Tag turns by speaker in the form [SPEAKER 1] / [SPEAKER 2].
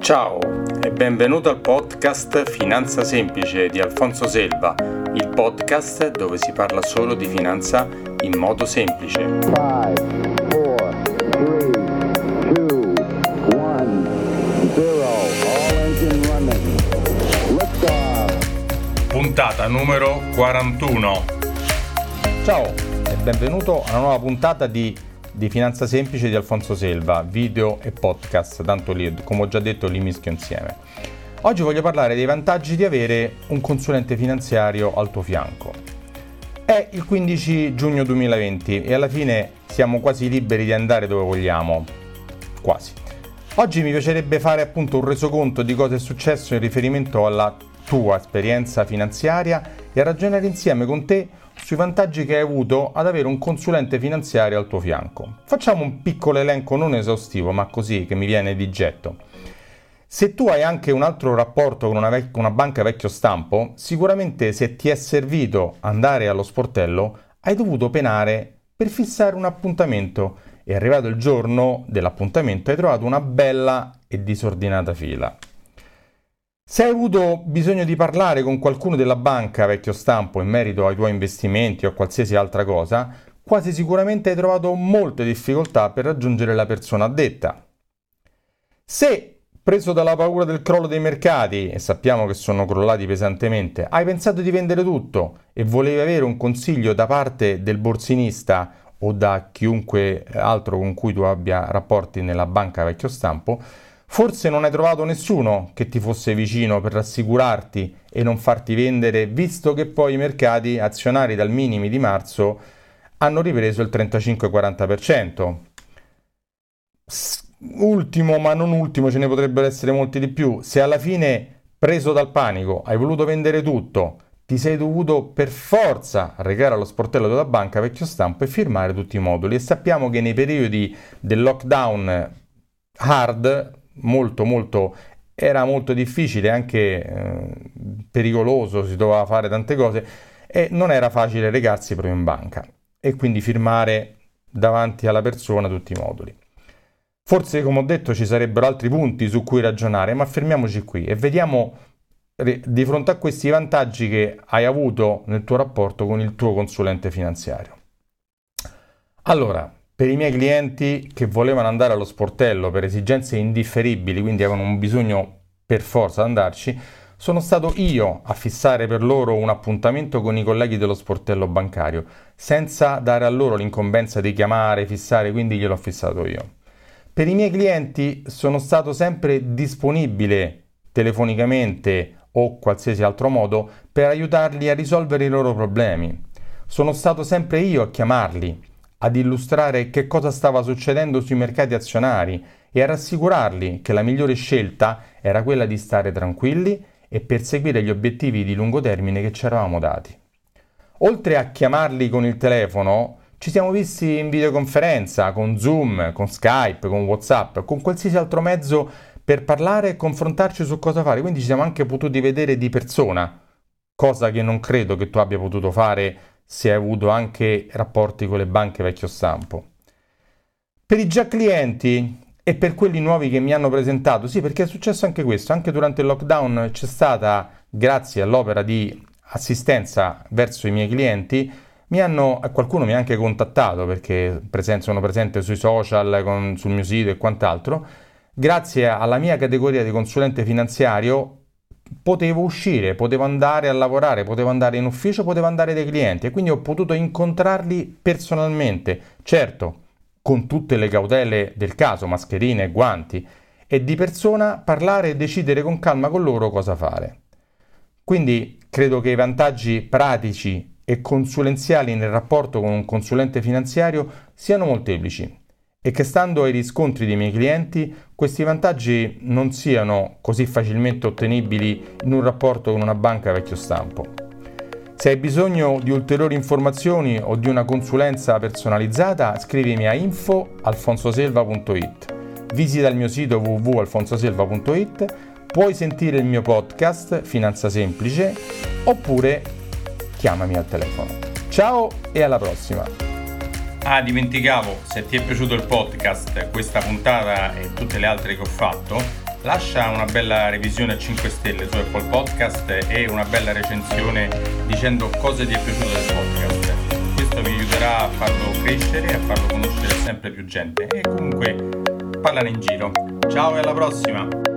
[SPEAKER 1] Ciao e benvenuto al podcast Finanza Semplice di Alfonso Selva, il podcast dove si parla solo di finanza in modo semplice. 5, 4, 3, 2, 1, 0, all engine running. Lift off. Puntata numero 41. Ciao e benvenuto a una nuova puntata di Finanza Semplice di Alfonso Selva, video e podcast, tanto lì, come ho già detto, li mischio insieme. Oggi voglio parlare dei vantaggi di avere un consulente finanziario al tuo fianco. È il 15 giugno 2020 e alla fine siamo quasi liberi di andare dove vogliamo, quasi. Oggi mi piacerebbe fare appunto un resoconto di cosa è successo in riferimento alla tua esperienza finanziaria e a ragionare insieme con te sui vantaggi che hai avuto ad avere un consulente finanziario al tuo fianco. Facciamo un piccolo elenco non esaustivo, ma così che mi viene di getto. Se tu hai anche un altro rapporto con una banca vecchio stampo, sicuramente se ti è servito andare allo sportello, hai dovuto penare per fissare un appuntamento e arrivato il giorno dell'appuntamento hai trovato una bella e disordinata fila. Se hai avuto bisogno di parlare con qualcuno della banca vecchio stampo in merito ai tuoi investimenti o a qualsiasi altra cosa, quasi sicuramente hai trovato molte difficoltà per raggiungere la persona addetta. Se, preso dalla paura del crollo dei mercati, e sappiamo che sono crollati pesantemente, hai pensato di vendere tutto e volevi avere un consiglio da parte del borsinista o da chiunque altro con cui tu abbia rapporti nella banca vecchio stampo, forse non hai trovato nessuno che ti fosse vicino per rassicurarti e non farti vendere, visto che poi i mercati azionari dal minimi di marzo hanno ripreso il 35-40%. Ultimo, ma non ultimo, ce ne potrebbero essere molti di più. Se alla fine, preso dal panico, hai voluto vendere tutto, ti sei dovuto per forza recare allo sportello della banca vecchio stampo e firmare tutti i moduli. E sappiamo che nei periodi del lockdown hard, era molto difficile, anche pericoloso, si doveva fare tante cose e non era facile recarsi proprio in banca e quindi firmare davanti alla persona tutti i moduli. Forse, come ho detto, ci sarebbero altri punti su cui ragionare, ma fermiamoci qui e vediamo di fronte a questi vantaggi che hai avuto nel tuo rapporto con il tuo consulente finanziario. Allora, per i miei clienti che volevano andare allo sportello per esigenze indifferibili, quindi avevano un bisogno per forza di andarci, sono stato io a fissare per loro un appuntamento con i colleghi dello sportello bancario, senza dare a loro l'incombenza di chiamare, fissare, quindi gliel'ho fissato io. Per i miei clienti sono stato sempre disponibile telefonicamente o qualsiasi altro modo per aiutarli a risolvere i loro problemi. Sono stato sempre io a chiamarli, ad illustrare che cosa stava succedendo sui mercati azionari e a rassicurarli che la migliore scelta era quella di stare tranquilli e perseguire gli obiettivi di lungo termine che ci eravamo dati. Oltre a chiamarli con il telefono, ci siamo visti in videoconferenza, con Zoom, con Skype, con WhatsApp, con qualsiasi altro mezzo per parlare e confrontarci su cosa fare, quindi ci siamo anche potuti vedere di persona, cosa che non credo che tu abbia potuto fare se hai avuto anche rapporti con le banche vecchio stampo. Per i già clienti e per quelli nuovi che mi hanno presentato, sì, perché è successo anche questo, anche durante il lockdown c'è stata, grazie all'opera di assistenza verso i miei clienti, qualcuno mi ha anche contattato perché sono presente sui social, sul mio sito e quant'altro, grazie alla mia categoria di consulente finanziario potevo uscire, potevo andare a lavorare, potevo andare in ufficio, potevo andare dai clienti e quindi ho potuto incontrarli personalmente, certo, con tutte le cautele del caso, mascherine e guanti, e di persona parlare e decidere con calma con loro cosa fare. Quindi credo che i vantaggi pratici e consulenziali nel rapporto con un consulente finanziario siano molteplici e che, stando ai riscontri dei miei clienti, questi vantaggi non siano così facilmente ottenibili in un rapporto con una banca vecchio stampo. Se hai bisogno di ulteriori informazioni o di una consulenza personalizzata, scrivimi a info@alfonsoselva.it. Visita il mio sito www.alfonsoselva.it, puoi sentire il mio podcast Finanza Semplice oppure chiamami al telefono. Ciao e alla prossima! Dimenticavo, se ti è piaciuto il podcast, questa puntata e tutte le altre che ho fatto, lascia una bella revisione a 5 stelle su Apple Podcast e una bella recensione dicendo cosa ti è piaciuto del podcast. Questo mi aiuterà a farlo crescere e a farlo conoscere sempre più gente e comunque parlane in giro. Ciao e alla prossima!